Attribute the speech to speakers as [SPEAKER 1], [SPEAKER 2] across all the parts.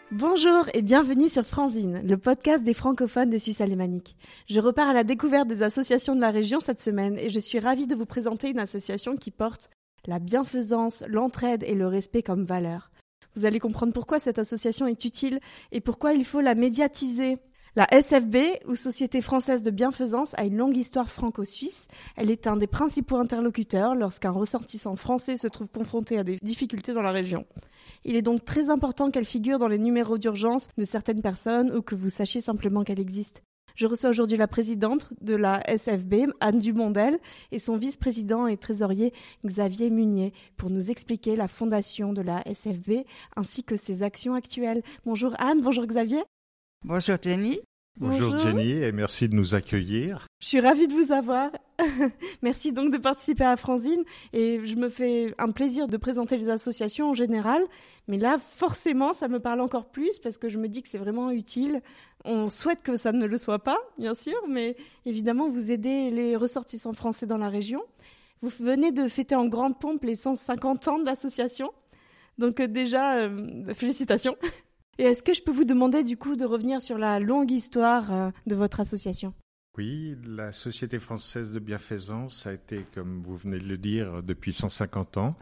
[SPEAKER 1] Bonjour et bienvenue sur Franzine, le podcast des francophones de Suisse alémanique. Je repars à la découverte des associations de la région cette semaine et je suis ravie de vous présenter une association qui porte la bienfaisance, l'entraide et le respect comme valeur. Vous allez comprendre pourquoi cette association est utile et pourquoi il faut la médiatiser. La SFB, ou Société française de bienfaisance, a une longue histoire franco-suisse. Elle est un des principaux interlocuteurs lorsqu'un ressortissant français se trouve confronté à des difficultés dans la région. Il est donc très important qu'elle figure dans les numéros d'urgence de certaines personnes ou que vous sachiez simplement qu'elle existe. Je reçois aujourd'hui la présidente de la SFB, Anne Dumondel, et son vice-président et trésorier Xavier Munier pour nous expliquer la fondation de la SFB ainsi que ses actions actuelles. Bonjour Anne, bonjour Xavier.
[SPEAKER 2] Bonjour Jenny.
[SPEAKER 3] Bonjour Jenny et merci de nous accueillir.
[SPEAKER 1] Je suis ravie de vous avoir. Merci donc de participer à Franzine et je me fais un plaisir de présenter les associations en général. Mais là, forcément, ça me parle encore plus parce que je me dis que c'est vraiment utile. On souhaite que ça ne le soit pas, bien sûr, mais évidemment, vous aidez les ressortissants français dans la région. Vous venez de fêter en grande pompe les 150 ans de l'association. Donc déjà, félicitations. Et est-ce que je peux vous demander du coup de revenir sur la longue histoire de votre association ?
[SPEAKER 3] Oui, la Société française de bienfaisance a été, comme vous venez de le dire, depuis 150 ans,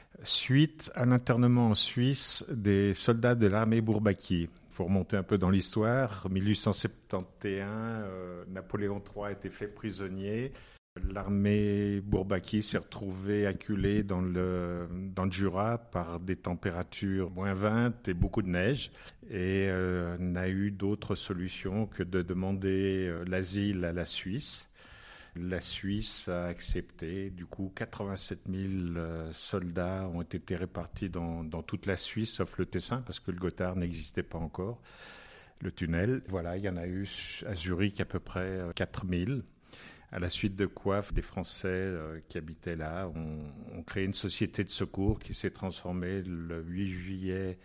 [SPEAKER 3] suite à l'internement en Suisse des soldats de l'armée Bourbaki. Il faut remonter un peu dans l'histoire. En 1871, Napoléon III a été fait prisonnier. L'armée Bourbaki s'est retrouvée acculée dans le Jura par des températures moins 20 et beaucoup de neige et n'a eu d'autre solution que de demander l'asile à la Suisse. La Suisse a accepté. Du coup, 87 000 soldats ont été répartis dans toute la Suisse, sauf le Tessin, parce que le Gothard n'existait pas encore, le tunnel. Voilà, il y en a eu à Zurich à peu près 4 000. À la suite de quoi, des Français qui habitaient là ont créé une société de secours qui s'est transformée le 8 juillet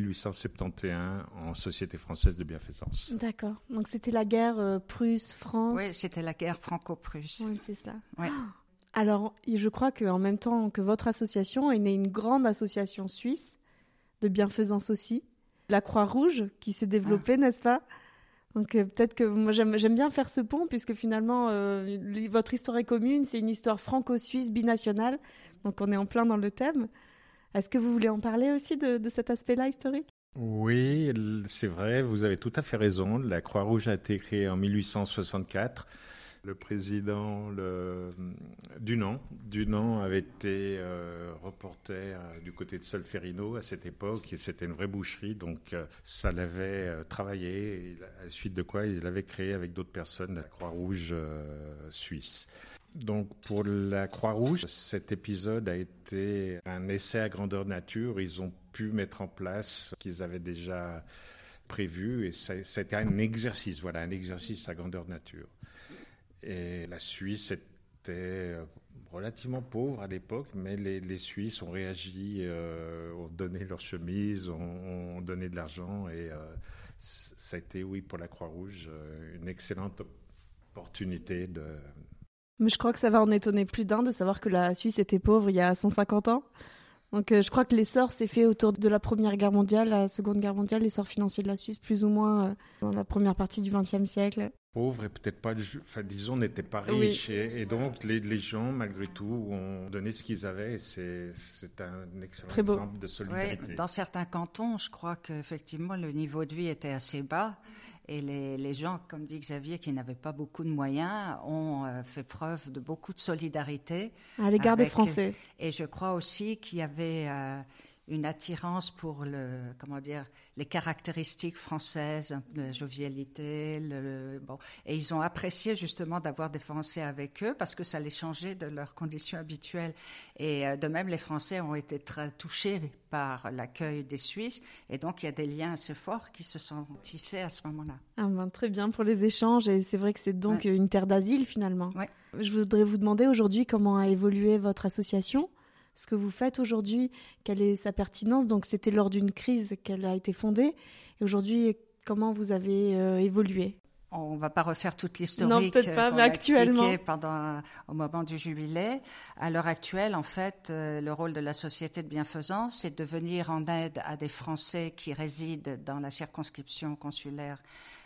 [SPEAKER 3] 1871 en Société française de bienfaisance.
[SPEAKER 1] D'accord. Donc c'était la guerre Prusse-France.
[SPEAKER 2] Oui, c'était la guerre franco-prusse.
[SPEAKER 1] Oui, c'est ça.
[SPEAKER 2] Ouais.
[SPEAKER 1] Alors, je crois qu'en même temps que votre association est née une grande association suisse de bienfaisance aussi, la Croix-Rouge, qui s'est développée, n'est-ce pas ? Donc peut-être que moi j'aime bien faire ce pont puisque finalement votre histoire est commune, c'est une histoire franco-suisse binationale, donc on est en plein dans le thème. Est-ce que vous voulez en parler aussi de cet aspect-là historique ?
[SPEAKER 3] Oui, c'est vrai, vous avez tout à fait raison. La Croix-Rouge a été créée en 1864. Le président Dunant avait été reporter du côté de Solferino à cette époque et c'était une vraie boucherie, donc ça l'avait travaillé, et à la suite de quoi il avait créé avec d'autres personnes la Croix-Rouge suisse. Donc pour la Croix-Rouge, cet épisode a été un essai à grandeur nature. Ils ont pu mettre en place ce qu'ils avaient déjà prévu et c'était un exercice à grandeur nature. Et la Suisse était relativement pauvre à l'époque, mais les Suisses ont réagi, ont donné leur chemise, ont donné de l'argent et ça a été, oui, pour la Croix-Rouge, une excellente opportunité de...
[SPEAKER 1] Mais je crois que ça va en étonner plus d'un de savoir que la Suisse était pauvre il y a 150 ans. Donc je crois que l'essor s'est fait autour de la Première Guerre mondiale, la Seconde Guerre mondiale, l'essor financier de la Suisse plus ou moins dans la première partie du XXe siècle.
[SPEAKER 3] Pauvres et peut-être pas, disons, n'étaient pas riches. Oui. Et donc les gens, malgré tout, ont donné ce qu'ils avaient. Et c'est un excellent exemple de solidarité.
[SPEAKER 2] Oui, dans certains cantons, je crois qu'effectivement, le niveau de vie était assez bas. Et les gens, comme dit Xavier, qui n'avaient pas beaucoup de moyens, ont fait preuve de beaucoup de solidarité.
[SPEAKER 1] À l'égard des Français.
[SPEAKER 2] Et je crois aussi qu'il y avait une attirance pour les caractéristiques françaises, la jovialité. Et ils ont apprécié justement d'avoir des Français avec eux parce que ça les changeait de leurs conditions habituelles. Et de même, les Français ont été très touchés par l'accueil des Suisses. Et donc, il y a des liens assez forts qui se sont tissés à ce moment-là.
[SPEAKER 1] Ah ben, très bien pour les échanges. Et c'est vrai que c'est donc une terre d'asile finalement.
[SPEAKER 2] Ouais.
[SPEAKER 1] Je voudrais vous demander aujourd'hui comment a évolué votre association. Ce que vous faites aujourd'hui, quelle est sa pertinence ? Donc, c'était lors d'une crise qu'elle a été fondée. Et aujourd'hui, comment vous avez évolué ?
[SPEAKER 2] On ne va pas refaire toute l'historique
[SPEAKER 1] non, peut-être pas,
[SPEAKER 2] qu'on
[SPEAKER 1] mais
[SPEAKER 2] a
[SPEAKER 1] actuellement.
[SPEAKER 2] expliqué au moment du jubilé. À l'heure actuelle, en fait, le rôle de la Société de bienfaisance, c'est de venir en aide à des Français qui résident dans la circonscription consulaire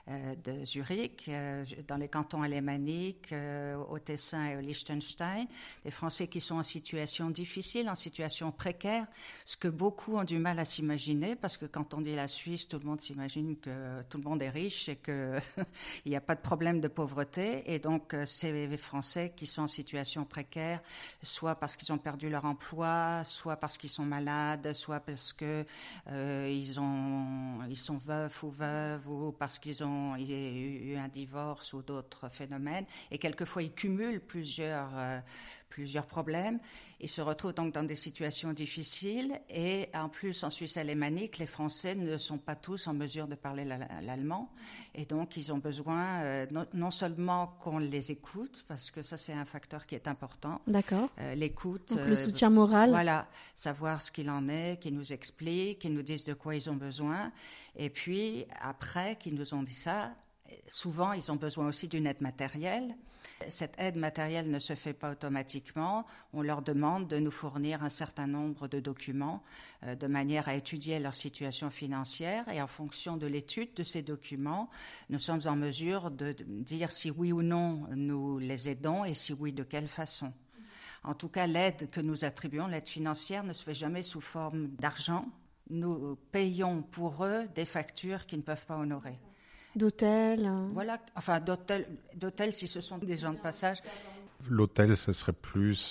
[SPEAKER 2] de Zurich, dans les cantons alémaniques, au Tessin et au Liechtenstein, des Français qui sont en situation difficile, en situation précaire, ce que beaucoup ont du mal à s'imaginer, parce que quand on dit la Suisse, tout le monde s'imagine que tout le monde est riche et qu'il n'y a pas de problème de pauvreté. Et donc, ces Français qui sont en situation précaire, soit parce qu'ils ont perdu leur emploi, soit parce qu'ils sont malades, soit parce que ils sont veufs ou veuves, ou parce qu'il y a eu un divorce ou d'autres phénomènes, et quelquefois ils cumulent plusieurs problèmes. Ils se retrouvent donc dans des situations difficiles, et en plus en Suisse alémanique, les Français ne sont pas tous en mesure de parler l'allemand, et donc ils ont besoin non seulement qu'on les écoute, parce que ça c'est un facteur qui est important.
[SPEAKER 1] D'accord.
[SPEAKER 2] L'écoute.
[SPEAKER 1] Donc le soutien moral.
[SPEAKER 2] Voilà, savoir ce qu'il en est, qu'ils nous expliquent, qu'ils nous disent de quoi ils ont besoin, et puis après qu'ils nous ont dit ça, souvent ils ont besoin aussi d'une aide matérielle. Cette aide matérielle ne se fait pas automatiquement. On leur demande de nous fournir un certain nombre de documents de manière à étudier leur situation financière, et en fonction de l'étude de ces documents, nous sommes en mesure de dire si oui ou non nous les aidons, et si oui, de quelle façon. En tout cas, l'aide que nous attribuons, l'aide financière, ne se fait jamais sous forme d'argent. Nous payons pour eux des factures qu'ils ne peuvent pas honorer.
[SPEAKER 1] D'hôtel.
[SPEAKER 2] Voilà, enfin d'hôtel si ce sont des gens de passage.
[SPEAKER 3] L'hôtel, ce serait plus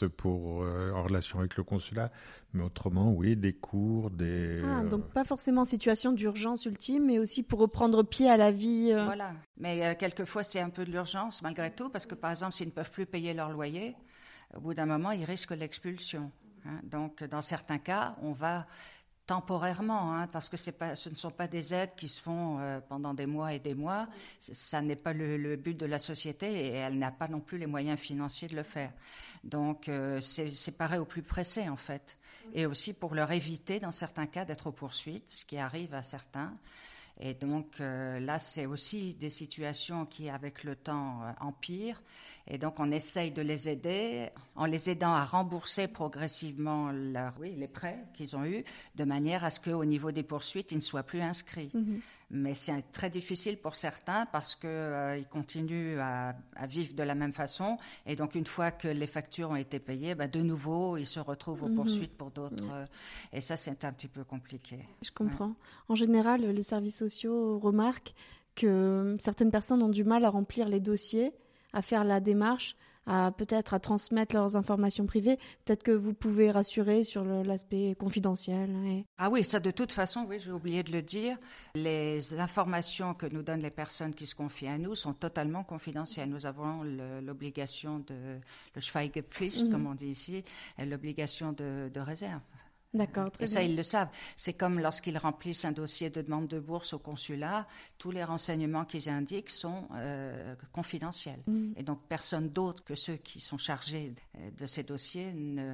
[SPEAKER 3] en relation avec le consulat, mais autrement, oui, des cours,
[SPEAKER 1] donc pas forcément en situation d'urgence ultime, mais aussi pour reprendre pied à la vie.
[SPEAKER 2] Voilà, mais quelquefois c'est un peu de l'urgence malgré tout, parce que par exemple, s'ils ne peuvent plus payer leur loyer, au bout d'un moment, ils risquent l'expulsion. Donc, dans certains cas, on va temporairement, parce que ce ne sont pas des aides qui se font pendant des mois et des mois. Ça n'est pas le but de la société, et elle n'a pas non plus les moyens financiers de le faire. Donc, c'est pareil au plus pressé, en fait. Et aussi pour leur éviter, dans certains cas, d'être aux poursuites, ce qui arrive à certains. Et donc, là, c'est aussi des situations qui, avec le temps, empirent. Et donc, on essaye de les aider en les aidant à rembourser progressivement les prêts qu'ils ont eus, de manière à ce qu'au niveau des poursuites, ils ne soient plus inscrits. Mm-hmm. Mais c'est très difficile pour certains, parce qu'ils continuent à vivre de la même façon. Et donc, une fois que les factures ont été payées, de nouveau, ils se retrouvent aux poursuites pour d'autres. Et ça, c'est un petit peu compliqué.
[SPEAKER 1] Je comprends. Ouais. En général, les services sociaux remarquent que certaines personnes ont du mal à remplir les dossiers, à faire la démarche, peut-être à transmettre leurs informations privées. Peut-être que vous pouvez rassurer sur l'aspect confidentiel.
[SPEAKER 2] Ah oui, ça de toute façon, oui, j'ai oublié de le dire. Les informations que nous donnent les personnes qui se confient à nous sont totalement confidentielles. Nous avons l'obligation le Schweigepflicht, comme on dit ici, l'obligation de réserve.
[SPEAKER 1] D'accord, très
[SPEAKER 2] bien. Et ça,
[SPEAKER 1] bien.
[SPEAKER 2] ils le savent. C'est comme lorsqu'ils remplissent un dossier de demande de bourse au consulat, tous les renseignements qu'ils indiquent sont confidentiels. Et donc, personne d'autre que ceux qui sont chargés de ces dossiers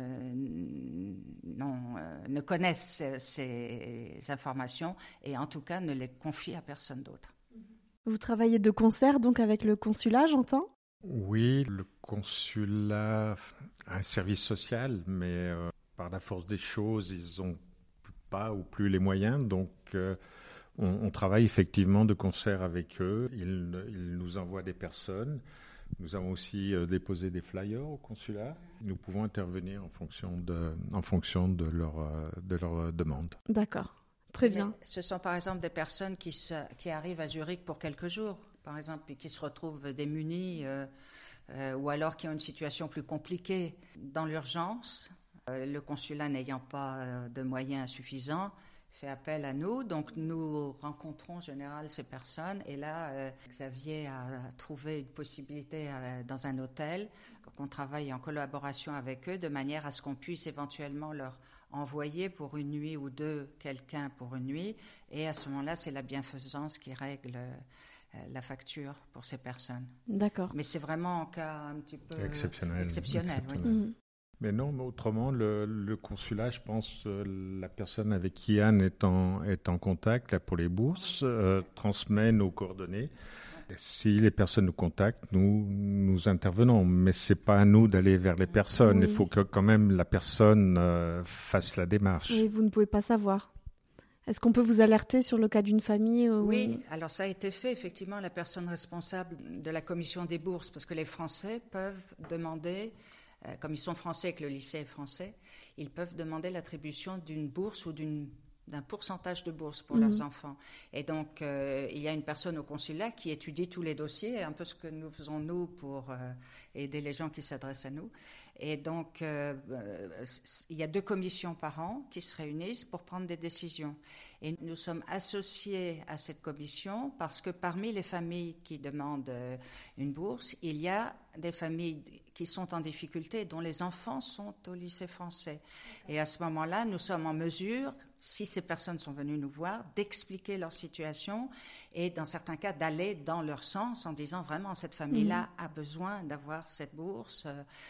[SPEAKER 2] ne connaissent ces informations, et en tout cas ne les confient à personne d'autre.
[SPEAKER 1] Vous travaillez de concert donc avec le consulat, j'entends ?
[SPEAKER 3] Oui, le consulat a un service social, mais par la force des choses, ils n'ont pas ou plus les moyens, donc on travaille effectivement de concert avec eux. Ils nous envoient des personnes. Nous avons aussi déposé des flyers au consulat. Nous pouvons intervenir en fonction de leur demande.
[SPEAKER 1] D'accord, très bien.
[SPEAKER 2] Mais ce sont par exemple des personnes qui arrivent à Zurich pour quelques jours, par exemple, et qui se retrouvent démunies, ou alors qui ont une situation plus compliquée dans l'urgence. Le consulat n'ayant pas de moyens suffisants fait appel à nous, donc nous rencontrons en général ces personnes, et là Xavier a trouvé une possibilité dans un hôtel, donc on travaille en collaboration avec eux de manière à ce qu'on puisse éventuellement leur envoyer pour une nuit ou deux quelqu'un pour une nuit, et à ce moment-là c'est la bienfaisance qui règle la facture pour ces personnes.
[SPEAKER 1] D'accord.
[SPEAKER 2] Mais c'est vraiment un cas un petit peu
[SPEAKER 3] exceptionnel.
[SPEAKER 2] Oui. Mm-hmm.
[SPEAKER 3] Mais non, mais autrement, le consulat, je pense, la personne avec qui Anne est en contact là, pour les bourses, transmet nos coordonnées. Si les personnes nous contactent, nous intervenons, mais c'est pas à nous d'aller vers les personnes.
[SPEAKER 1] Oui.
[SPEAKER 3] Il faut que quand même la personne fasse la démarche.
[SPEAKER 1] Oui, vous ne pouvez pas savoir. Est-ce qu'on peut vous alerter sur le cas d'une famille
[SPEAKER 2] Oui, alors ça a été fait, effectivement, la personne responsable de la commission des bourses, parce que les Français peuvent demander, comme ils sont français et que le lycée est français, ils peuvent demander l'attribution d'une bourse ou d'un pourcentage de bourse pour leurs enfants. Et donc, il y a une personne au consulat qui étudie tous les dossiers, un peu ce que nous faisons, nous, pour aider les gens qui s'adressent à nous. Et donc, il y a 2 commissions par an qui se réunissent pour prendre des décisions. Et nous sommes associés à cette commission parce que parmi les familles qui demandent une bourse, il y a des familles qui sont en difficulté, dont les enfants sont au lycée français. Et à ce moment-là, nous sommes en mesure, si ces personnes sont venues nous voir, d'expliquer leur situation et dans certains cas d'aller dans leur sens en disant vraiment cette famille-là a besoin d'avoir cette bourse,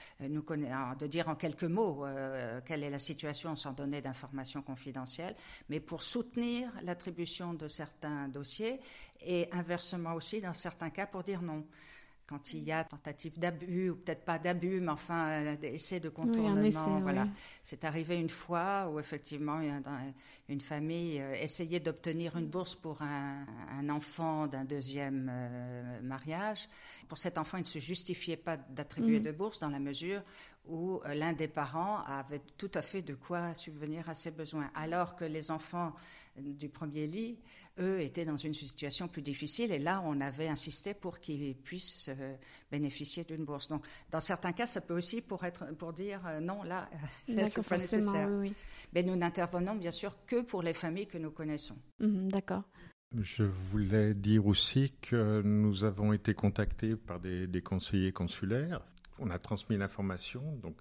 [SPEAKER 2] de dire en quelques mots quelle est la situation sans donner d'informations confidentielles, mais pour soutenir l'attribution de certains dossiers et inversement aussi dans certains cas pour dire non. Quand il y a tentative d'abus, ou peut-être pas d'abus, mais enfin essai de contournement.
[SPEAKER 1] Oui, essai,
[SPEAKER 2] voilà.
[SPEAKER 1] Oui.
[SPEAKER 2] C'est arrivé une fois où effectivement une famille essayait d'obtenir une bourse pour un enfant d'un 2e mariage. Pour cet enfant, il ne se justifiait pas d'attribuer de bourse dans la mesure où l'un des parents avait tout à fait de quoi subvenir à ses besoins, alors que les enfants du premier lit, eux, étaient dans une situation plus difficile et là, on avait insisté pour qu'ils puissent bénéficier d'une bourse. Donc, dans certains cas, ça peut aussi pour dire non, là, c'est pas nécessaire.
[SPEAKER 1] Oui.
[SPEAKER 2] Mais nous n'intervenons bien sûr que pour les familles que nous connaissons.
[SPEAKER 1] D'accord.
[SPEAKER 3] Je voulais dire aussi que nous avons été contactés par des conseillers consulaires. On a transmis l'information, donc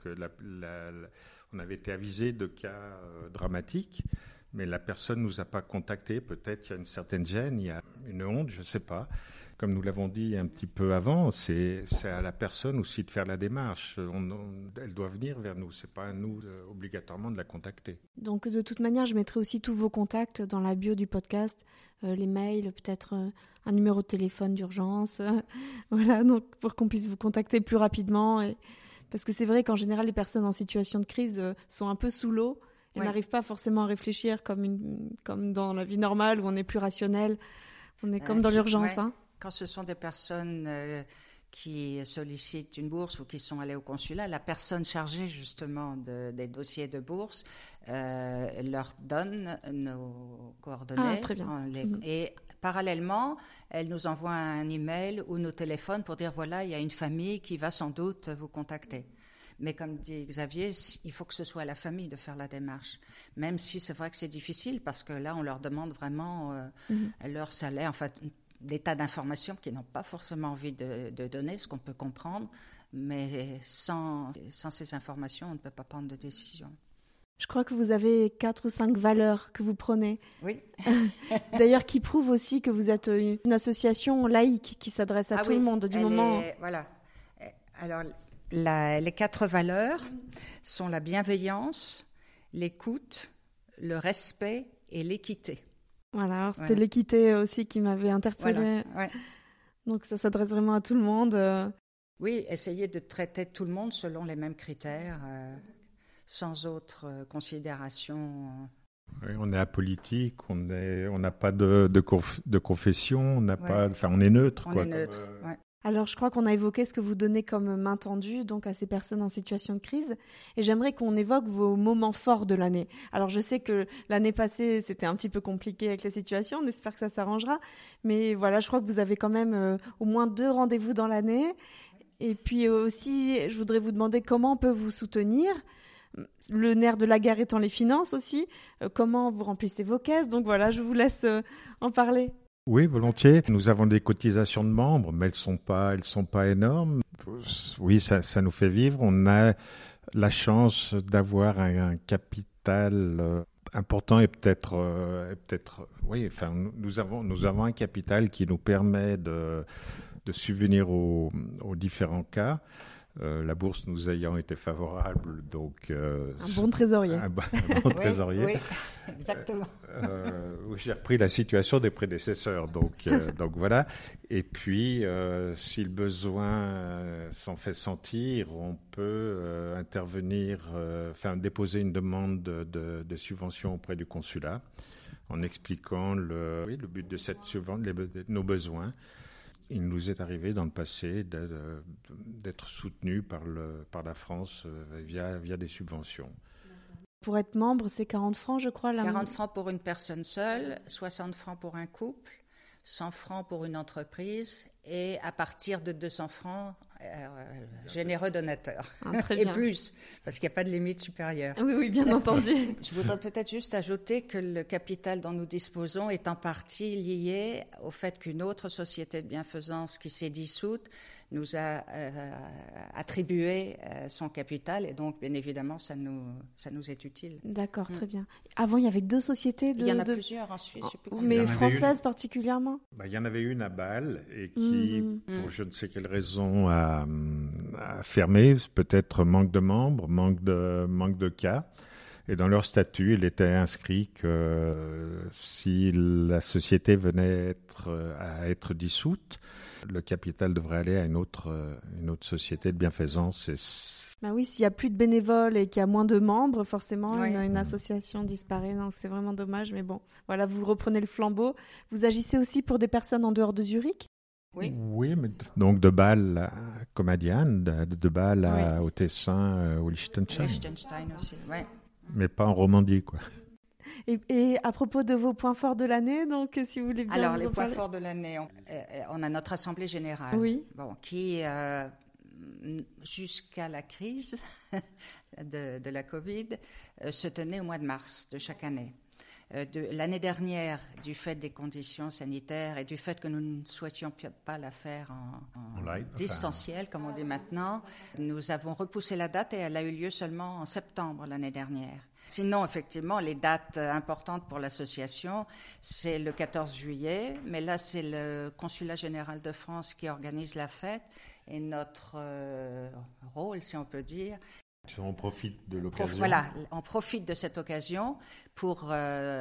[SPEAKER 3] on avait été avisé de cas dramatiques, mais la personne ne nous a pas contactés. Peut-être qu'il y a une certaine gêne, il y a une honte, je ne sais pas. Comme nous l'avons dit un petit peu avant, c'est à la personne aussi de faire la démarche. Elle doit venir vers nous, ce n'est pas à nous obligatoirement de la contacter.
[SPEAKER 1] Donc de toute manière, je mettrai aussi tous vos contacts dans la bio du podcast, les mails, peut-être un numéro de téléphone d'urgence, voilà, donc pour qu'on puisse vous contacter plus rapidement. Parce que c'est vrai qu'en général, les personnes en situation de crise sont un peu sous l'eau et n'arrivent pas forcément à réfléchir comme dans la vie normale où on est plus rationnel, on est comme dans l'urgence.
[SPEAKER 2] Ouais. Quand ce sont des personnes qui sollicitent une bourse ou qui sont allées au consulat, la personne chargée justement des dossiers de bourse leur donne nos coordonnées.
[SPEAKER 1] Ah, très bien.
[SPEAKER 2] Et parallèlement, elle nous envoie un email ou nos téléphones pour dire voilà, il y a une famille qui va sans doute vous contacter. Mais comme dit Xavier, il faut que ce soit à la famille de faire la démarche. Même si c'est vrai que c'est difficile parce que là, on leur demande vraiment leur salaire, en fait, des tas d'informations qu'ils n'ont pas forcément envie de donner, ce qu'on peut comprendre, mais sans ces informations, on ne peut pas prendre de décision.
[SPEAKER 1] Je crois que vous avez 4 ou 5 valeurs que vous prenez.
[SPEAKER 2] Oui.
[SPEAKER 1] D'ailleurs, qui prouvent aussi que vous êtes une association laïque qui s'adresse à tout le monde
[SPEAKER 2] Voilà. Alors, les 4 valeurs sont la bienveillance, l'écoute, le respect et l'équité.
[SPEAKER 1] Voilà, c'était l'équité aussi qui m'avait interpellée.
[SPEAKER 2] Voilà, ouais.
[SPEAKER 1] Donc ça s'adresse vraiment à tout le monde.
[SPEAKER 2] Oui, essayer de traiter tout le monde selon les mêmes critères, sans autre considération.
[SPEAKER 3] Oui, on est apolitique, on n'a pas de confession, on est neutre.
[SPEAKER 2] On est neutre, ouais.
[SPEAKER 1] Alors, je crois qu'on a évoqué ce que vous donnez comme main tendue donc à ces personnes en situation de crise. Et j'aimerais qu'on évoque vos moments forts de l'année. Alors, je sais que l'année passée, c'était un petit peu compliqué avec la situation. On espère que ça s'arrangera. Mais voilà, je crois que vous avez quand même au moins 2 rendez-vous dans l'année. Et puis aussi, je voudrais vous demander comment on peut vous soutenir. Le nerf de la guerre étant les finances aussi. Comment vous remplissez vos caisses. Donc voilà, je vous laisse en parler.
[SPEAKER 3] Oui, volontiers. Nous avons des cotisations de membres, mais elles sont pas énormes. Oui, ça nous fait vivre. On a la chance d'avoir un capital important et peut-être, oui. Enfin, nous avons un capital qui nous permet de subvenir aux différents cas. La bourse nous ayant été favorable, donc...
[SPEAKER 1] un bon trésorier.
[SPEAKER 3] Un bon trésorier.
[SPEAKER 2] Oui, exactement.
[SPEAKER 3] J'ai repris la situation des prédécesseurs, donc voilà. Et puis, si le besoin s'en fait sentir, on peut intervenir, déposer une demande de subvention auprès du consulat en expliquant le but de cette subvention, nos besoins. Il nous est arrivé dans le passé d'être soutenus par la France via des subventions.
[SPEAKER 1] Pour être membre, c'est 40 francs, je crois.
[SPEAKER 2] 40 francs pour une personne seule, 60 francs pour un couple, 100 francs pour une entreprise et à partir de 200 francs, généreux donateur.
[SPEAKER 1] Très
[SPEAKER 2] et
[SPEAKER 1] bien.
[SPEAKER 2] plus, parce qu'il n'y a pas de limite supérieure.
[SPEAKER 1] Oui, bien entendu.
[SPEAKER 2] Je voudrais peut-être juste ajouter que le capital dont nous disposons est en partie lié au fait qu'une autre société de bienfaisance qui s'est dissoute nous a attribué son capital et donc, bien évidemment, ça nous est utile.
[SPEAKER 1] D'accord, très bien. Avant, il y avait 2 sociétés
[SPEAKER 2] Il y en a plusieurs en Suisse. Je sais plus
[SPEAKER 1] mais françaises particulièrement.
[SPEAKER 3] Il y en avait une à Bâle et qui, pour je ne sais quelle raison, a fermé, peut-être manque de membres, manque de cas. Et dans leur statut, il était inscrit que si la société venait à être dissoute, le capital devrait aller à une autre société de bienfaisance.
[SPEAKER 1] Oui, s'il n'y a plus de bénévoles et qu'il y a moins de membres, forcément,
[SPEAKER 2] oui.
[SPEAKER 1] une association disparaît. Donc, c'est vraiment dommage. Mais bon, voilà, vous reprenez le flambeau. Vous agissez aussi pour des personnes en dehors de Zurich ?
[SPEAKER 2] Oui,
[SPEAKER 3] mais donc de Bâle comme à Diane, de Bâle au Tessin, au Liechtenstein.
[SPEAKER 2] Liechtenstein aussi, oui.
[SPEAKER 3] Mais pas en Romandie, quoi.
[SPEAKER 1] Et à propos de vos points forts de l'année, donc si vous voulez bien
[SPEAKER 2] Alors,
[SPEAKER 1] nous
[SPEAKER 2] les
[SPEAKER 1] en
[SPEAKER 2] points
[SPEAKER 1] parler.
[SPEAKER 2] forts de l'année, on a notre assemblée générale, qui, jusqu'à la crise de la Covid, se tenait au mois de mars de chaque année. L'année dernière, du fait des conditions sanitaires et du fait que nous ne souhaitions pas la faire en distanciel, comme on dit maintenant, nous avons repoussé la date et elle a eu lieu seulement en septembre l'année dernière. Sinon, effectivement, les dates importantes pour l'association, c'est le 14 juillet, mais là, c'est le Consulat général de France qui organise la fête et notre rôle, si on peut dire.
[SPEAKER 3] On profite de l'occasion.
[SPEAKER 2] Voilà, on profite de cette occasion pour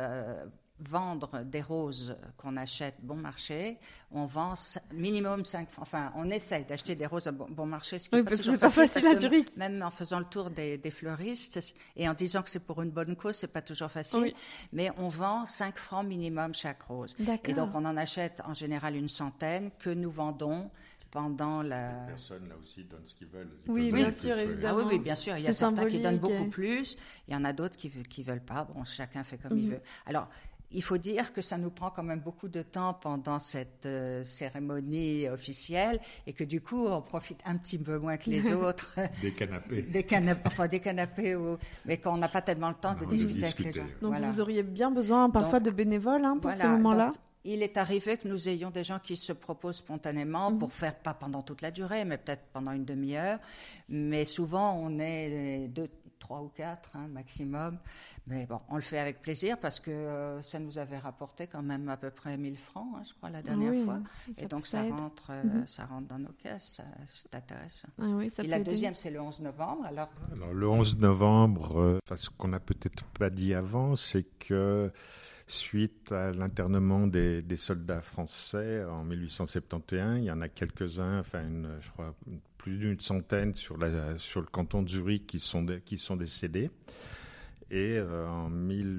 [SPEAKER 2] vendre des roses qu'on achète bon marché. On vend minimum 5 francs. Enfin, on essaye d'acheter des roses à bon marché, ce qui n'est pas toujours facile
[SPEAKER 1] à Zurich.
[SPEAKER 2] Même en faisant le tour des fleuristes et en disant que c'est pour une bonne cause, c'est pas toujours facile.
[SPEAKER 1] Oui.
[SPEAKER 2] Mais on vend 5 francs minimum chaque rose.
[SPEAKER 1] D'accord.
[SPEAKER 2] Et donc, on en achète en général une centaine que nous vendons pendant la...
[SPEAKER 3] Les personnes, là aussi, donnent ce qu'ils veulent.
[SPEAKER 1] Oui, bien sûr, évidemment.
[SPEAKER 2] Oui, bien sûr. Il y a certains qui donnent beaucoup plus. Il y en a d'autres qui ne veulent pas. Bon, chacun fait comme il veut. Alors, il faut dire que ça nous prend quand même beaucoup de temps pendant cette cérémonie officielle et que du coup, on profite un petit peu moins que les autres.
[SPEAKER 3] Des canapés.
[SPEAKER 2] Des canapés, mais qu'on n'a pas tellement le temps de discuter avec les gens.
[SPEAKER 1] Donc, vous auriez bien besoin parfois de bénévoles pour ces moments-là.
[SPEAKER 2] Donc, il est arrivé que nous ayons des gens qui se proposent spontanément pour faire, pas pendant toute la durée, mais peut-être pendant une demi-heure. Mais souvent, on est 2, 3 ou 4 maximum. Mais bon, on le fait avec plaisir parce que ça nous avait rapporté quand même à peu près 1000 francs, je crois, la dernière fois. Et donc, ça rentre dans nos caisses. C'est intéressant.
[SPEAKER 1] Et
[SPEAKER 2] la deuxième, c'est le 11 novembre. Alors
[SPEAKER 3] le 11 novembre, ce qu'on n'a peut-être pas dit avant, c'est que suite à l'internement des soldats français en 1871, il y en a quelques-uns, je crois plus d'une centaine sur le canton de Zurich qui sont décédés. Et en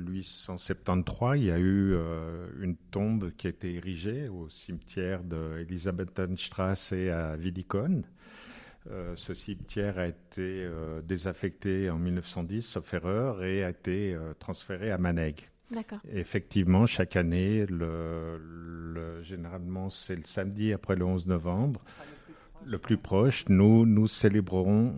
[SPEAKER 3] 1873, il y a eu une tombe qui a été érigée au cimetière de Elisabethenstrasse à Wiedikon. Ce cimetière a été désaffecté en 1910, sauf erreur, et a été transféré à Manègue.
[SPEAKER 1] D'accord.
[SPEAKER 3] Et effectivement, chaque année, généralement, c'est le samedi après le 11 novembre, le plus proche. Nous célébrons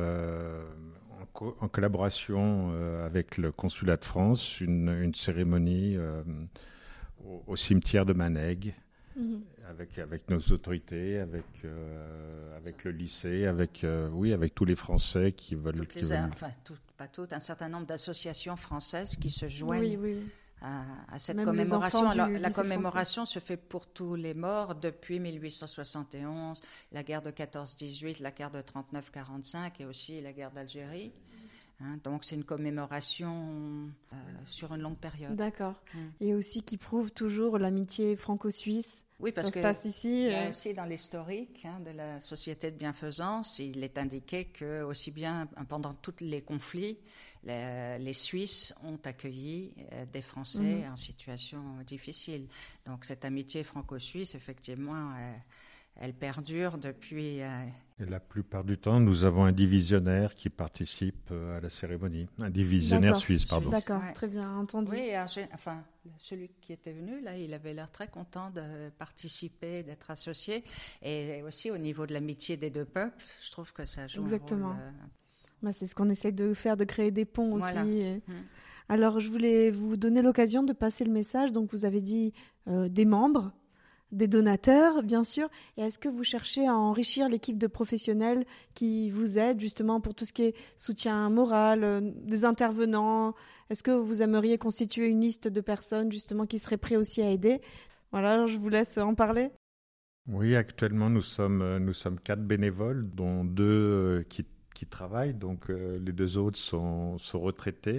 [SPEAKER 3] en collaboration avec le Consulat de France une cérémonie au cimetière de Manègue. Avec nos autorités, avec le lycée, avec tous les Français qui veulent...
[SPEAKER 2] pas toutes, un certain nombre d'associations françaises qui se joignent à cette
[SPEAKER 1] Même
[SPEAKER 2] commémoration. Alors, la
[SPEAKER 1] lycée
[SPEAKER 2] commémoration se fait pour tous les morts depuis 1871, la guerre de 14-18, la guerre de 39-45 et aussi la guerre d'Algérie. Donc c'est une commémoration sur une longue période.
[SPEAKER 1] D'accord. Et aussi qui prouve toujours l'amitié franco-suisse.
[SPEAKER 2] Oui, parce
[SPEAKER 1] ça
[SPEAKER 2] que
[SPEAKER 1] se passe ici.
[SPEAKER 2] aussi dans l'historique de la société de bienfaisance, il est indiqué que aussi bien pendant tous les conflits, les Suisses ont accueilli des Français en situation difficile. Donc cette amitié franco-suisse, effectivement, elle perdure depuis.
[SPEAKER 3] Et la plupart du temps, nous avons un divisionnaire qui participe à la cérémonie. Un divisionnaire suisse, pardon.
[SPEAKER 1] D'accord,
[SPEAKER 2] Ouais.
[SPEAKER 1] très bien entendu.
[SPEAKER 2] Oui, enfin, celui qui était venu, là, il avait l'air très content de participer, d'être associé. Et aussi au niveau de l'amitié des deux peuples, je trouve que ça joue
[SPEAKER 1] Exactement.
[SPEAKER 2] un rôle.
[SPEAKER 1] C'est ce qu'on essaie de faire, de créer des ponts aussi.
[SPEAKER 2] Voilà.
[SPEAKER 1] Alors, je voulais vous donner l'occasion de passer le message. Donc, vous avez dit des membres, des donateurs, bien sûr. Et est-ce que vous cherchez à enrichir l'équipe de professionnels qui vous aident justement pour tout ce qui est soutien moral, des intervenants? Est-ce que vous aimeriez constituer une liste de personnes justement qui seraient prêts aussi à aider? Voilà, alors je vous laisse en parler.
[SPEAKER 3] Oui, actuellement, nous sommes 4 bénévoles, dont 2 qui travaillent. Donc, les 2 autres sont retraités.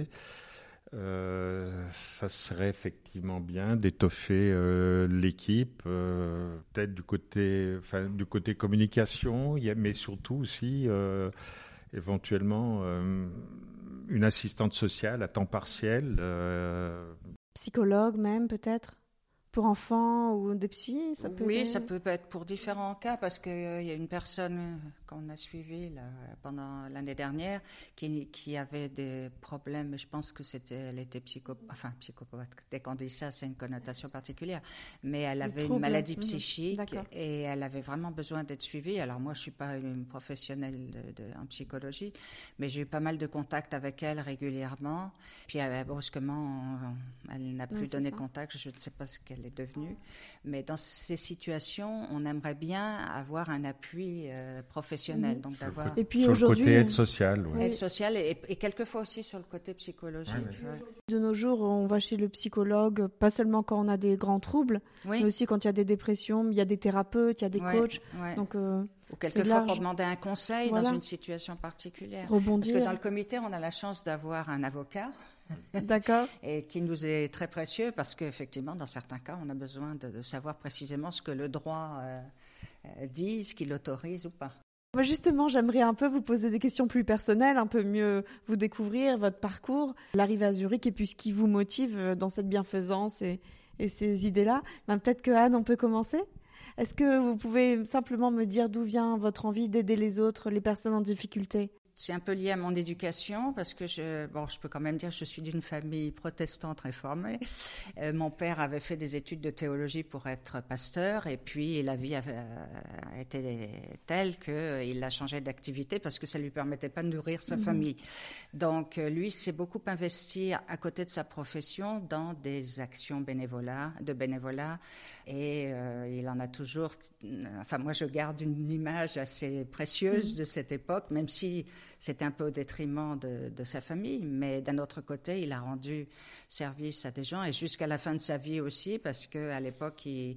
[SPEAKER 3] Ça serait effectivement bien d'étoffer l'équipe, peut-être du côté communication, mais surtout aussi éventuellement une assistante sociale à temps partiel.
[SPEAKER 1] Psychologue même peut-être pour enfants ou des psys, ça peut
[SPEAKER 2] Oui,
[SPEAKER 1] être...
[SPEAKER 2] ça peut être pour différents cas, parce qu'il y a une personne qu'on a suivie là, pendant l'année dernière qui avait des problèmes, je pense que elle était psychopathe. Dès qu'on dit ça, c'est une connotation particulière, mais elle avait une maladie psychique et elle avait vraiment besoin d'être suivie. Alors moi, je ne suis pas une professionnelle en psychologie, mais j'ai eu pas mal de contacts avec elle régulièrement. Puis brusquement, elle n'a plus donné contact, je ne sais pas ce qu'elle est devenue. Mais dans ces situations, on aimerait bien avoir un appui professionnel. Donc d'avoir...
[SPEAKER 1] Et puis
[SPEAKER 3] sur
[SPEAKER 1] aujourd'hui,
[SPEAKER 3] le côté aide sociale. Oui.
[SPEAKER 2] Aide sociale et quelquefois aussi sur le côté psychologique. Ouais.
[SPEAKER 1] De nos jours, on va chez le psychologue, pas seulement quand on a des grands troubles, mais aussi quand il y a des dépressions, il y a des thérapeutes, il y a des coachs. Donc,
[SPEAKER 2] ou quelquefois pour demander un conseil dans une situation particulière.
[SPEAKER 1] Rebondir.
[SPEAKER 2] Parce que dans le comité, on a la chance d'avoir un avocat.
[SPEAKER 1] D'accord.
[SPEAKER 2] Et qui nous est très précieux parce qu'effectivement, dans certains cas, on a besoin de savoir précisément ce que le droit dit, ce qu'il autorise ou pas.
[SPEAKER 1] Justement, j'aimerais un peu vous poser des questions plus personnelles, un peu mieux vous découvrir, votre parcours, l'arrivée à Zurich et puis ce qui vous motive dans cette bienfaisance et ces idées-là. Peut-être que Anne, on peut commencer ? Est-ce que vous pouvez simplement me dire d'où vient votre envie d'aider les autres, les personnes en difficulté ?
[SPEAKER 2] C'est un peu lié à mon éducation parce que je peux quand même dire que je suis d'une famille protestante réformée. Mon père avait fait des études de théologie pour être pasteur et puis la vie a été telle qu'il a changé d'activité parce que ça lui permettait pas de nourrir sa famille. Donc lui s'est beaucoup investi à côté de sa profession dans des actions de bénévolat et il en a toujours. Enfin moi je garde une image assez précieuse de cette époque, même si c'était un peu au détriment de sa famille, mais d'un autre côté, il a rendu service à des gens et jusqu'à la fin de sa vie aussi, parce qu'à l'époque, il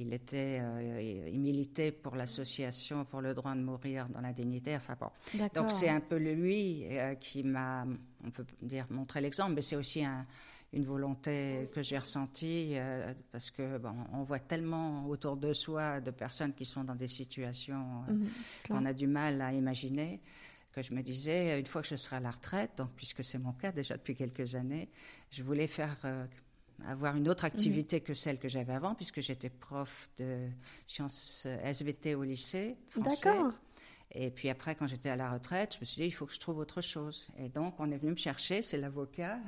[SPEAKER 2] militait pour l'association pour le droit de mourir dans la dignité. Enfin bon, donc c'est un peu lui qui m'a, on peut dire, montré l'exemple, mais c'est aussi une volonté que j'ai ressentie parce que on voit tellement autour de soi de personnes qui sont dans des situations qu'on a du mal à imaginer. Que je me disais, une fois que je serai à la retraite, donc puisque c'est mon cas déjà depuis quelques années, je voulais avoir une autre activité que celle que j'avais avant, puisque j'étais prof de sciences SVT au lycée français.
[SPEAKER 1] D'accord.
[SPEAKER 2] Et puis après, quand j'étais à la retraite, je me suis dit, il faut que je trouve autre chose. Et donc, on est venu me chercher, c'est l'avocat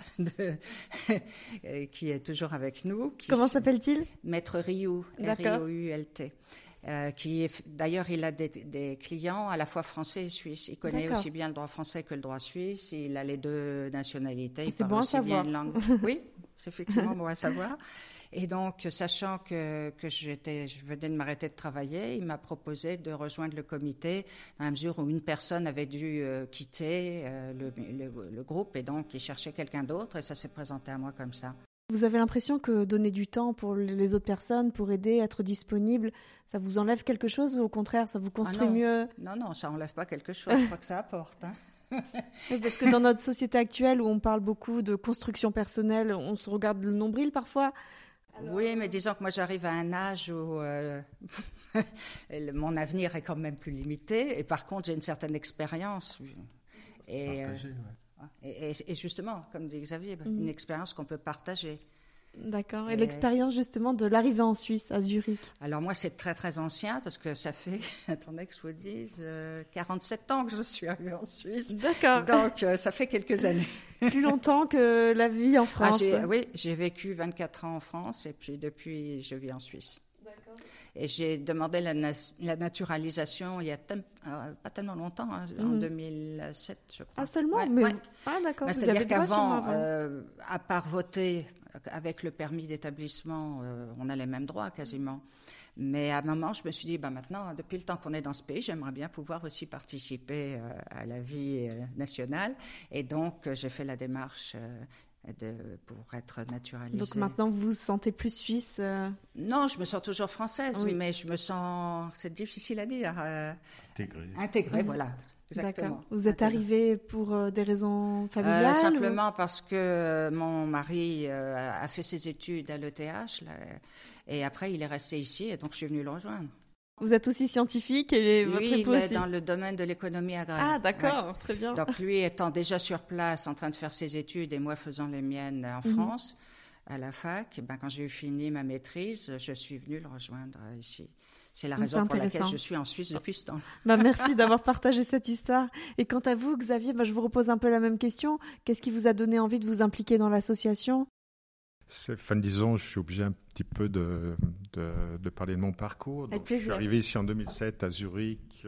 [SPEAKER 2] qui est toujours avec nous.
[SPEAKER 1] Comment s'appelle-t-il ?
[SPEAKER 2] Maître Rioult, R-I-O-U-L-T. D'ailleurs, il a des clients à la fois français et suisses. Il connaît aussi bien le droit français que le droit suisse. Il a les 2 nationalités. Il parle aussi bien une langue. Oui, c'est effectivement bon à savoir. Et donc, sachant que je venais de m'arrêter de travailler, il m'a proposé de rejoindre le comité dans la mesure où une personne avait dû quitter le groupe et donc il cherchait quelqu'un d'autre et ça s'est présenté à moi comme ça.
[SPEAKER 1] Vous avez l'impression que donner du temps pour les autres personnes, pour aider, être disponible, ça vous enlève quelque chose ou au contraire, ça vous construit mieux?
[SPEAKER 2] Non, ça enlève pas quelque chose, je crois que ça apporte.
[SPEAKER 1] Oui, parce que dans notre société actuelle où on parle beaucoup de construction personnelle, on se regarde le nombril parfois.
[SPEAKER 2] Oui, mais disons que moi j'arrive à un âge où mon avenir est quand même plus limité et par contre j'ai une certaine expérience. Et justement, comme dit Xavier, une expérience qu'on peut partager.
[SPEAKER 1] D'accord. Et l'expérience justement de l'arrivée en Suisse, à Zurich?
[SPEAKER 2] Alors moi, c'est très très ancien parce que ça fait, attendez que je vous dise, 47 ans que je suis arrivée en Suisse.
[SPEAKER 1] D'accord.
[SPEAKER 2] Donc ça fait quelques années.
[SPEAKER 1] Plus longtemps que la vie en France.
[SPEAKER 2] Oui, j'ai vécu 24 ans en France et puis depuis, je vis en Suisse. D'accord. Et j'ai demandé la naturalisation il y a pas tellement longtemps, en 2007, je crois.
[SPEAKER 1] Ah, seulement Ah, d'accord.
[SPEAKER 2] Bah, c'est-à-dire qu'avant, à part voter avec le permis d'établissement, on a les mêmes droits quasiment. Mais à un moment, je me suis dit, maintenant, depuis le temps qu'on est dans ce pays, j'aimerais bien pouvoir aussi participer à la vie nationale. Et donc, j'ai fait la démarche pour être naturalisée.
[SPEAKER 1] Donc maintenant, vous vous sentez plus suisse?
[SPEAKER 2] Non, je me sens toujours française, mais je me sens, c'est difficile à dire. Intégrée, voilà. Exactement.
[SPEAKER 1] D'accord. Vous êtes arrivée pour des raisons familiales?
[SPEAKER 2] Simplement parce que mon mari a fait ses études à l'ETH et après il est resté ici et donc je suis venue le rejoindre.
[SPEAKER 1] Vous êtes aussi scientifique et votre époux aussi?
[SPEAKER 2] Il est dans le domaine de l'économie agraire.
[SPEAKER 1] Ah, d'accord, très bien.
[SPEAKER 2] Donc lui étant déjà sur place en train de faire ses études et moi faisant les miennes en France, à la fac, quand j'ai eu fini ma maîtrise, je suis venue le rejoindre ici. C'est la raison pour laquelle je suis en Suisse depuis ce temps.
[SPEAKER 1] Merci d'avoir partagé cette histoire. Et quant à vous, Xavier, je vous repose un peu la même question. Qu'est-ce qui vous a donné envie de vous impliquer dans l'association?
[SPEAKER 3] Disons, je suis obligé un petit peu de parler de mon parcours. Donc, je suis arrivé ici en 2007 à Zurich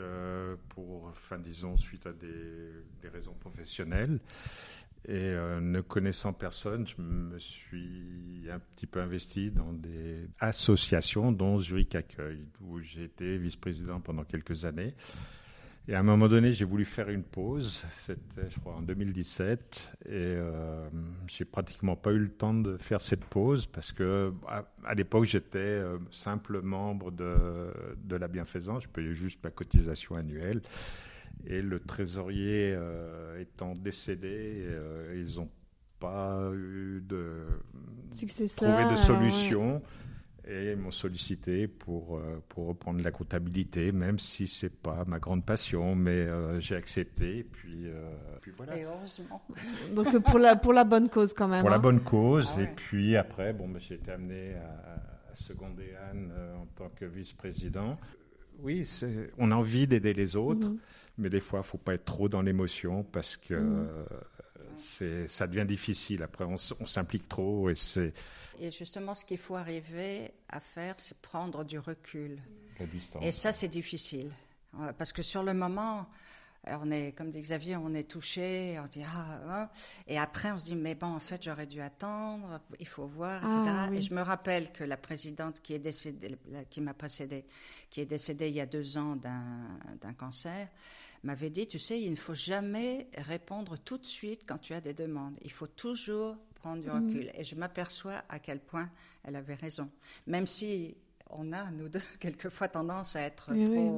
[SPEAKER 3] suite à des raisons professionnelles. Et ne connaissant personne, je me suis un petit peu investi dans des associations, dont Zurich Accueil, où j'ai été vice-président pendant quelques années. Et à un moment donné, j'ai voulu faire une pause. C'était, je crois, en 2017. Et j'ai pratiquement pas eu le temps de faire cette pause parce que à l'époque, j'étais simple membre de la bienfaisance. Je payais juste ma cotisation annuelle. Et le trésorier étant décédé, ils n'ont pas eu trouvé de solution. Ouais. Et ils m'ont sollicité pour reprendre la comptabilité, même si ce n'est pas ma grande passion, mais j'ai accepté. Et puis voilà.
[SPEAKER 2] Et heureusement.
[SPEAKER 1] Donc pour la bonne cause quand même.
[SPEAKER 3] Pour la bonne cause. Et puis après, j'ai été amené à seconder Anne en tant que vice-président. Oui, on a envie d'aider les autres, mais des fois, il ne faut pas être trop dans l'émotion parce que ça devient difficile. Après, on s'implique trop. Et
[SPEAKER 2] justement, ce qu'il faut arriver à faire, c'est prendre du recul.
[SPEAKER 3] La distance.
[SPEAKER 2] Et ça, c'est difficile. Parce que sur le moment, on est, comme dit Xavier, on est touché, on dit et après on se dit mais bon, en fait j'aurais dû attendre, il faut voir, etc. Oui. Et je me rappelle que la présidente qui est décédée, qui m'a précédée, qui est décédée il y a 2 ans d'un cancer, m'avait dit, tu sais, il ne faut jamais répondre tout de suite quand tu as des demandes. Il faut toujours prendre du recul. Et je m'aperçois à quel point elle avait raison. Même si on a, nous deux, quelquefois tendance à être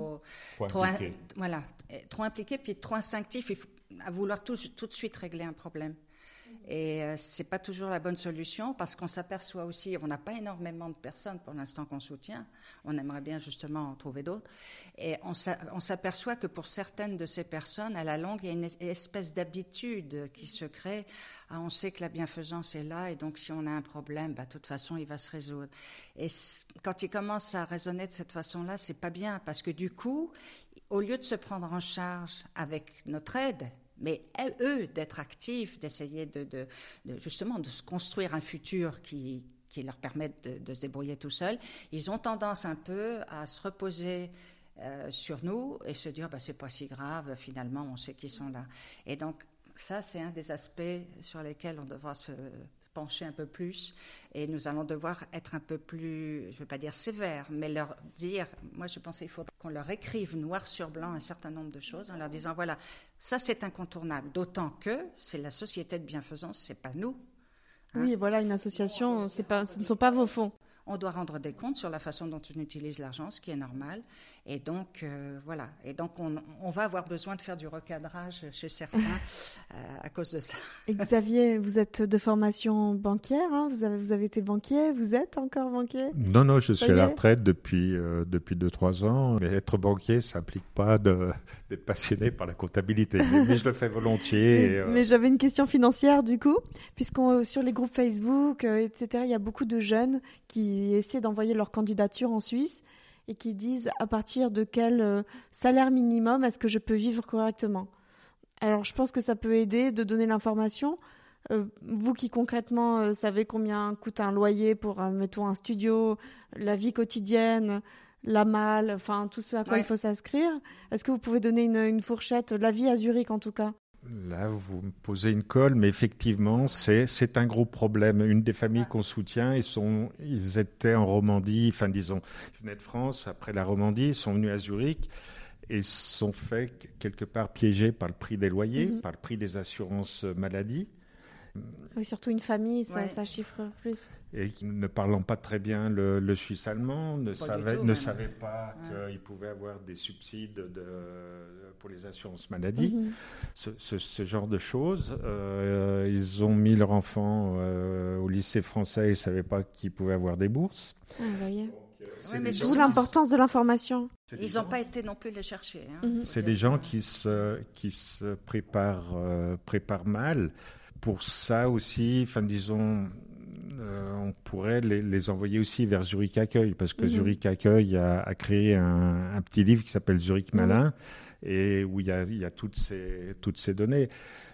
[SPEAKER 2] trop impliqués, puis trop instinctifs, à vouloir tout de suite régler un problème. Et c'est pas toujours la bonne solution parce qu'on s'aperçoit aussi, on n'a pas énormément de personnes pour l'instant qu'on soutient. On aimerait bien justement en trouver d'autres. Et on s'aperçoit que pour certaines de ces personnes, à la longue, il y a une espèce d'habitude qui se crée. On sait que la bienfaisance est là et donc si on a un problème, de toute façon, il va se résoudre. Et quand il commence à raisonner de cette façon-là, c'est pas bien parce que du coup, au lieu de se prendre en charge avec notre aide, mais eux, d'être actifs, d'essayer justement de se construire un futur qui leur permette de se débrouiller tout seuls, ils ont tendance un peu à se reposer sur nous et se dire c'est pas si grave, finalement, on sait qu'ils sont là. Et donc, ça, c'est un des aspects sur lesquels on devra se pencher un peu plus et nous allons devoir être un peu plus, je ne veux pas dire sévères, mais leur dire, moi je pensais qu'il faut qu'on leur écrive noir sur blanc un certain nombre de choses en leur disant voilà, ça c'est incontournable, d'autant que c'est la société de bienfaisance, c'est pas nous.
[SPEAKER 1] Oui, voilà, une association, ce ne sont pas vos fonds.
[SPEAKER 2] On doit rendre des comptes sur la façon dont on utilise l'argent, ce qui est normal. Et donc, voilà. Et donc, on va avoir besoin de faire du recadrage chez certains à cause de ça.
[SPEAKER 1] Et Xavier, vous êtes de formation bancaire, hein, vous avez été banquier, vous êtes encore banquier?
[SPEAKER 3] Non, je suis à la retraite depuis 2-3 ans. Mais être banquier, ça n'implique pas d'être passionné par la comptabilité. Mais je le fais volontiers.
[SPEAKER 1] Mais j'avais une question financière du coup, puisqu'on sur les groupes Facebook, etc., il y a beaucoup de jeunes qui essaient d'envoyer leur candidature en Suisse et qui disent à partir de quel salaire minimum est-ce que je peux vivre correctement. Alors je pense que ça peut aider de donner l'information. Vous qui concrètement savez combien coûte un loyer pour, mettons, un studio, la vie quotidienne, la malle, enfin tout ce à quoi il faut s'inscrire, est-ce que vous pouvez donner une fourchette, la vie à Zurich en tout cas?
[SPEAKER 3] Là, vous me posez une colle, mais effectivement, c'est un gros problème. Une des familles qu'on soutient, ils étaient en Romandie, enfin disons, ils venaient de France, après la Romandie, ils sont venus à Zurich et se sont fait quelque part piéger par le prix des loyers, par le prix des assurances maladie.
[SPEAKER 1] Oui, surtout une famille, ça chiffre plus.
[SPEAKER 3] Et qui, ne parlant pas très bien le suisse allemand, ne savait pas qu'ils pouvaient avoir des subsides pour les assurances maladie, ce genre de choses. Ils ont mis leur enfant au lycée français, ils ne savaient pas qu'ils pouvaient avoir des bourses.
[SPEAKER 1] Ah, vous voyez.
[SPEAKER 2] D'où
[SPEAKER 1] l'importance de l'information.
[SPEAKER 2] Ils n'ont pas été non plus les chercher.
[SPEAKER 3] C'est des gens qui se préparent mal. Pour ça aussi, enfin disons, on pourrait les envoyer aussi vers Zurich Accueil, parce que Zurich Accueil a créé un petit livre qui s'appelle Zurich Malin, et où il y a toutes ces données.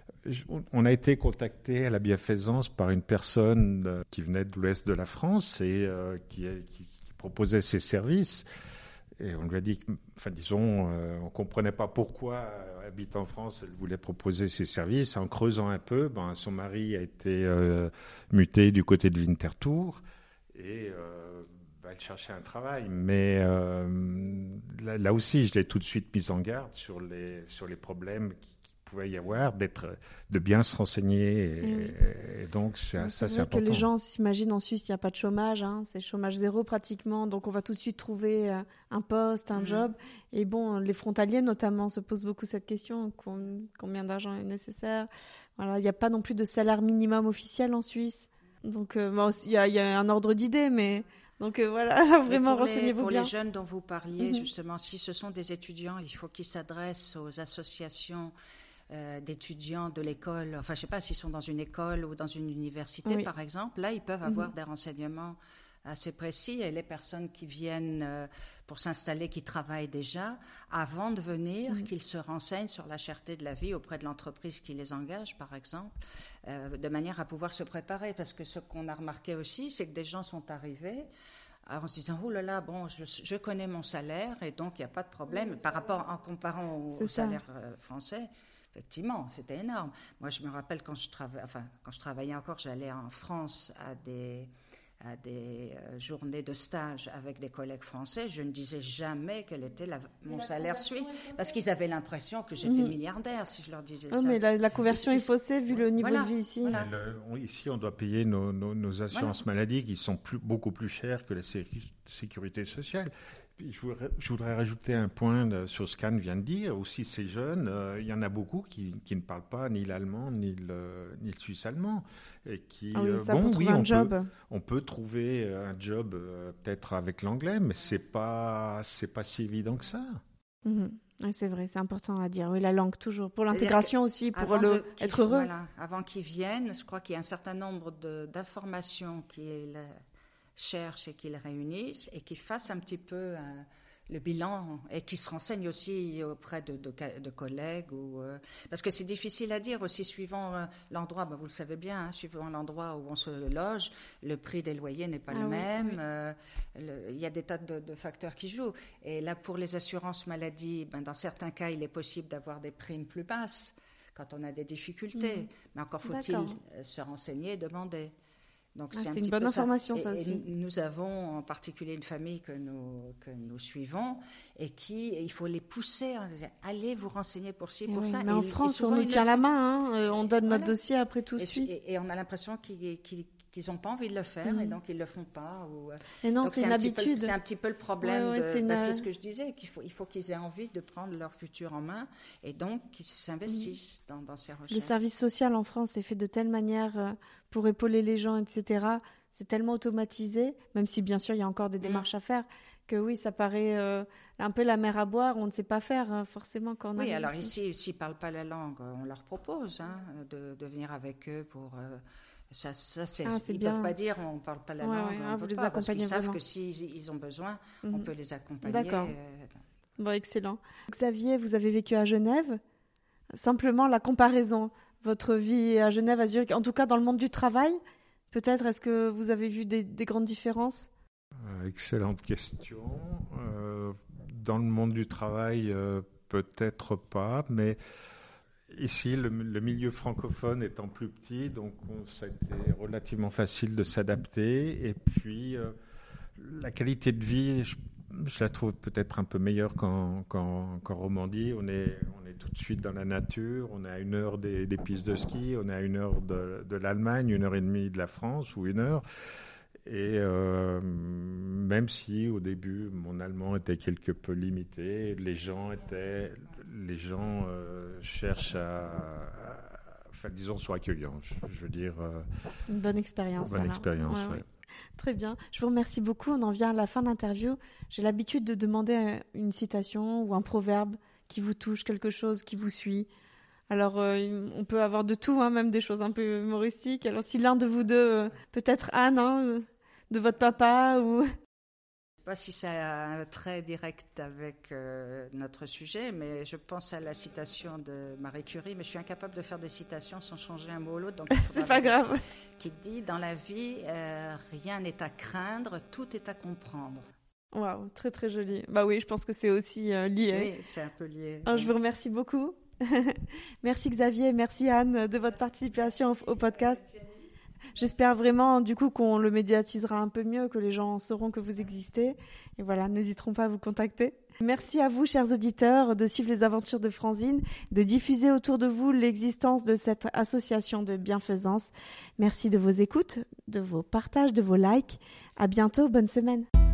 [SPEAKER 3] On a été contacté à la bienfaisance par une personne qui venait de l'ouest de la France et qui proposait ses services. Et on lui a dit, enfin disons, on ne comprenait pas pourquoi, habitant en France, elle voulait proposer ses services. En creusant un peu, son mari a été muté du côté de Winterthur et elle cherchait un travail. Mais là aussi, je l'ai tout de suite mise en garde sur les problèmes qu'il pouvait y avoir, de bien se renseigner. Et donc, c'est important.
[SPEAKER 1] Que les gens s'imaginent en Suisse, il n'y a pas de chômage, c'est chômage zéro pratiquement. Donc, on va tout de suite trouver un poste, un job. Et bon, les frontaliers notamment se posent beaucoup cette question. Combien d'argent est nécessaire? Voilà, il n'y a pas non plus de salaire minimum officiel en Suisse. Donc, il y a un ordre d'idée, mais... Donc voilà, vraiment renseignez-vous bien.
[SPEAKER 2] Pour les jeunes dont vous parliez, justement, si ce sont des étudiants, il faut qu'ils s'adressent aux associations d'étudiants de l'école, enfin je ne sais pas s'ils sont dans une école ou dans une université par exemple, là ils peuvent avoir des renseignements assez précis et les personnes qui viennent pour s'installer, qui travaillent déjà, avant de venir, qu'ils se renseignent sur la cherté de la vie auprès de l'entreprise qui les engage par exemple, de manière à pouvoir se préparer, parce que ce qu'on a remarqué aussi, c'est que des gens sont arrivés en se disant, oh là là, bon, je connais mon salaire et donc il n'y a pas de problème par rapport, en comparant au salaire français. Effectivement, c'était énorme. Moi, je me rappelle quand je travaillais encore, j'allais en France à des journées de stage avec des collègues français. Je ne disais jamais quel était mon salaire suisse, parce qu'ils avaient l'impression que j'étais milliardaire si je leur disais ça.
[SPEAKER 1] Mais la conversion est faussée vu le niveau de vie ici.
[SPEAKER 3] Voilà. Ici, on doit payer nos assurances maladie qui sont beaucoup plus chères que la sécurité sociale. Je voudrais rajouter un point sur ce qu'Anne vient de dire. Aussi, ces jeunes, il y en a beaucoup qui ne parlent pas ni l'allemand ni le suisse allemand. Et qui, on peut trouver un job peut-être avec l'anglais, mais c'est pas si évident que ça.
[SPEAKER 1] Oui, c'est vrai, c'est important à dire. Oui, la langue, toujours. Pour l'intégration aussi, pour être heureux.
[SPEAKER 2] Voilà, avant qu'ils viennent, je crois qu'il y a un certain nombre d'informations qu'ils cherchent et qu'ils réunissent et qu'ils fassent un petit peu le bilan et qu'ils se renseignent aussi auprès de collègues. Parce que c'est difficile à dire aussi, suivant l'endroit, vous le savez bien, suivant l'endroit où on se loge, le prix des loyers n'est pas le même. Il y a des tas de facteurs qui jouent. Et là, pour les assurances maladie, dans certains cas, il est possible d'avoir des primes plus basses quand on a des difficultés. Mais encore faut-il se renseigner et demander. Donc
[SPEAKER 1] c'est une bonne information, ça aussi.
[SPEAKER 2] Et nous avons en particulier une famille que nous suivons et il faut les pousser, allez vous renseigner pour ci, pour ça.
[SPEAKER 1] Mais en France, on nous tient la main, on donne notre dossier après tout de suite.
[SPEAKER 2] Et on a l'impression qu'ils n'ont pas envie de le faire et donc ils ne le font pas.
[SPEAKER 1] Et non, c'est une habitude.
[SPEAKER 2] C'est un petit peu le problème. C'est ce que je disais, il faut qu'ils aient envie de prendre leur futur en main et donc qu'ils s'investissent dans ces recherches.
[SPEAKER 1] Le service social en France est fait de telle manière pour épauler les gens, etc. C'est tellement automatisé, même si bien sûr il y a encore des démarches à faire, que oui, ça paraît un peu la mer à boire, on ne sait pas faire forcément quand on arrive
[SPEAKER 2] alors ici, s'ils ne parlent pas la langue, on leur propose de venir avec eux pour... Ça, ils ne peuvent pas dire on ne parle pas la langue,
[SPEAKER 1] vous les
[SPEAKER 2] pas, parce qu'ils
[SPEAKER 1] vraiment.
[SPEAKER 2] savent que s'ils ont besoin, on peut les accompagner.
[SPEAKER 1] D'accord. Bon, excellent. Xavier, vous avez vécu à Genève. Simplement la comparaison, votre vie à Genève, à Zurich, en tout cas dans le monde du travail, peut-être, est-ce que vous avez vu des grandes différences ?
[SPEAKER 3] Excellente question. Dans le monde du travail, peut-être pas, mais ici, le milieu francophone étant plus petit, donc ça a été relativement facile de s'adapter. Et puis, la qualité de vie, je la trouve peut-être un peu meilleure qu'en Romandie. On est tout de suite dans la nature, on est à 1 heure des pistes de ski, on est à 1 heure de l'Allemagne, 1h30 de la France ou 1 heure. Et même si au début mon allemand était quelque peu limité, les gens cherchent sont accueillants. Je veux dire.
[SPEAKER 1] Une bonne expérience.
[SPEAKER 3] Bonne expérience, oui.
[SPEAKER 1] Très bien. Je vous remercie beaucoup. On en vient à la fin de l'interview. J'ai l'habitude de demander une citation ou un proverbe qui vous touche, quelque chose qui vous suit. Alors, on peut avoir de tout, même des choses un peu humoristiques. Alors, si l'un de vous deux, peut-être Anne, de votre papa ou...
[SPEAKER 2] Je ne sais pas si ça a un trait direct avec notre sujet, mais je pense à la citation de Marie Curie, mais je suis incapable de faire des citations sans changer un mot ou l'autre. Donc
[SPEAKER 1] c'est pas grave.
[SPEAKER 2] Qui dit, dans la vie, rien n'est à craindre, tout est à comprendre.
[SPEAKER 1] Waouh, très très joli. Bah oui, je pense que c'est aussi lié.
[SPEAKER 2] Oui, c'est un peu lié.
[SPEAKER 1] Je vous remercie beaucoup. Merci Xavier, merci Anne de votre participation au podcast. J'espère vraiment du coup qu'on le médiatisera un peu mieux, que les gens sauront que vous existez. Et voilà, n'hésiteront pas à vous contacter. Merci à vous, chers auditeurs, de suivre les aventures de Franzine, de diffuser autour de vous l'existence de cette association de bienfaisance. Merci de vos écoutes, de vos partages, de vos likes. À bientôt, bonne semaine.